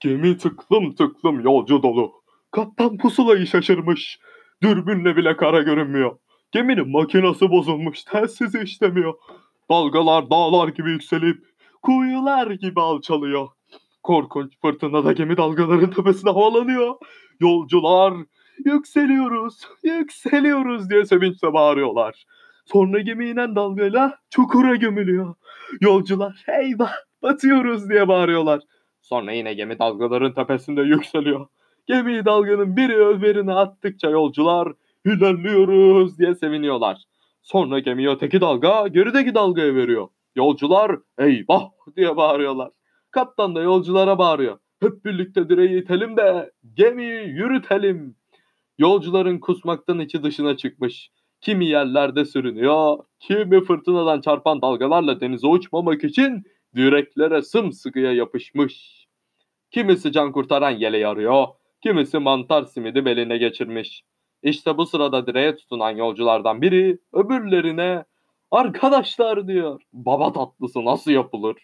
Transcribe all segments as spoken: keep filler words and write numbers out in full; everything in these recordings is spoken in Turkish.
Gemi tıklım tıklım yolcu dolu. Kaptan pusulayı şaşırmış. Dürbünle bile kara görünmüyor. Geminin makinası bozulmuş, telsizi işlemiyor. Dalgalar dağlar gibi yükselip kuyular gibi alçalıyor. Korkunç fırtınada gemi dalgaların tepesine havalanıyor. Yolcular yükseliyoruz, yükseliyoruz diye sevinçle bağırıyorlar. Sonra gemi inen dalgayla çukura gömülüyor. Yolcular eyvah batıyoruz diye bağırıyorlar. Sonra yine gemi dalgaların tepesinde yükseliyor. Gemiyi dalganın biri öbürüne attıkça yolcular ilerliyoruz diye seviniyorlar. Sonra gemiyi öteki dalga gerideki dalgaya veriyor. Yolcular eyvah diye bağırıyorlar. Kaptan da yolculara bağırıyor. Hep birlikte direği itelim de gemiyi yürütelim. Yolcuların kusmaktan içi dışına çıkmış. Kimi yerlerde sürünüyor, kimi fırtınadan çarpan dalgalarla denize uçmamak için direklere sımsıkıya yapışmış. Kimisi can kurtaran yeleği arıyor, kimisi mantar simidi beline geçirmiş. İşte bu sırada direğe tutunan yolculardan biri öbürlerine "Arkadaşlar," diyor, "baba tatlısı nasıl yapılır?"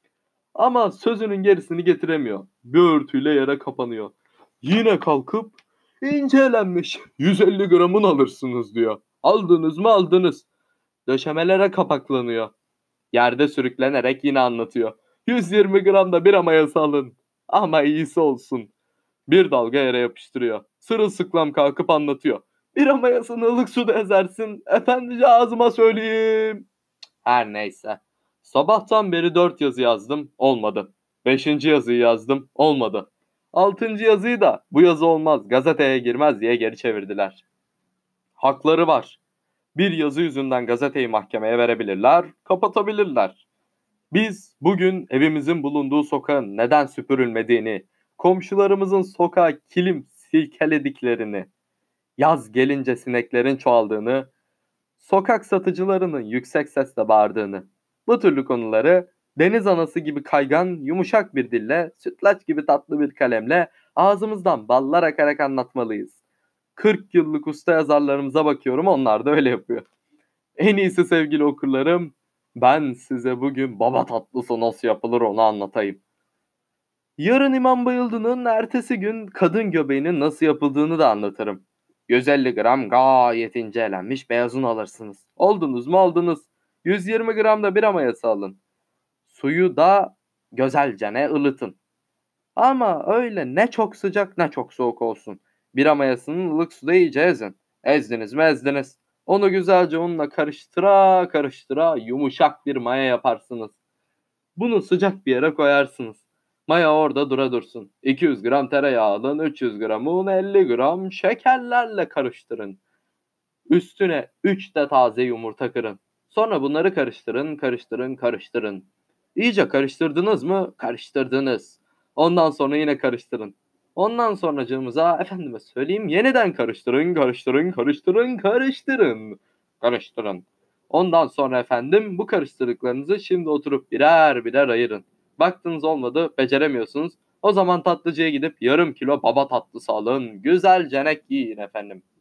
Ama sözünün gerisini getiremiyor. Bir örtüyle yere kapanıyor. Yine kalkıp "İncelenmiş, yüz elli gramını alırsınız," diyor. Aldınız mı aldınız. Döşemelere kapaklanıyor. Yerde sürüklenerek yine anlatıyor. yüz yirmi gram da bira mayası alın. Ama iyisi olsun. Bir dalga yere yapıştırıyor. Sırılsıklam kalkıp anlatıyor. Bira mayasını ılık suda ezersin. Efendice ağzıma söyleyeyim. Her neyse. Sabahtan beri dört yazı yazdım. Olmadı. Beşinci yazıyı yazdım. Olmadı. Altıncı yazıyı da bu yazı olmaz, gazeteye girmez diye geri çevirdiler. Hakları var. Bir yazı yüzünden gazeteyi mahkemeye verebilirler, kapatabilirler. Biz bugün evimizin bulunduğu sokağın neden süpürülmediğini, komşularımızın sokağa kilim silkelediklerini, yaz gelince sineklerin çoğaldığını, sokak satıcılarının yüksek sesle bağırdığını, bu türlü konuları deniz anası gibi kaygan, yumuşak bir dille, sütlaç gibi tatlı bir kalemle ağzımızdan ballar akarak anlatmalıyız. kırk yıllık usta yazarlarımıza bakıyorum, onlar da öyle yapıyor. En iyisi sevgili okurlarım, ben size bugün baba tatlısı nasıl yapılır onu anlatayım. Yarın İmam Bayıldı'nın ertesi gün kadın göbeğinin nasıl yapıldığını da anlatırım. yüz elli gram gayet ince elenmiş beyaz un alırsınız. Oldunuz mu oldunuz. yüz yirmi gram da bira mayası alın. Suyu da güzelcene ılıtın. Ama öyle ne çok sıcak ne çok soğuk olsun. Bira mayasının ılık suda iyice ezin. Ezdiniz mi ezdiniz. Onu güzelce unla karıştıra karıştıra yumuşak bir maya yaparsınız. Bunu sıcak bir yere koyarsınız. Maya orada dura dursun. iki yüz gram tereyağı alın, üç yüz gram un, elli gram şekerlerle karıştırın. Üstüne üç de taze yumurta kırın. Sonra bunları karıştırın, karıştırın, karıştırın. İyice karıştırdınız mı? Karıştırdınız. Ondan sonra yine karıştırın. Ondan sonracığımıza efendime söyleyeyim yeniden karıştırın, karıştırın, karıştırın, karıştırın. Karıştırın. Ondan sonra efendim bu karıştırdıklarınızı şimdi oturup birer birer ayırın. Baktınız olmadı, beceremiyorsunuz. O zaman tatlıcıya gidip yarım kilo baba tatlısı alın. Güzelce yiyin efendim.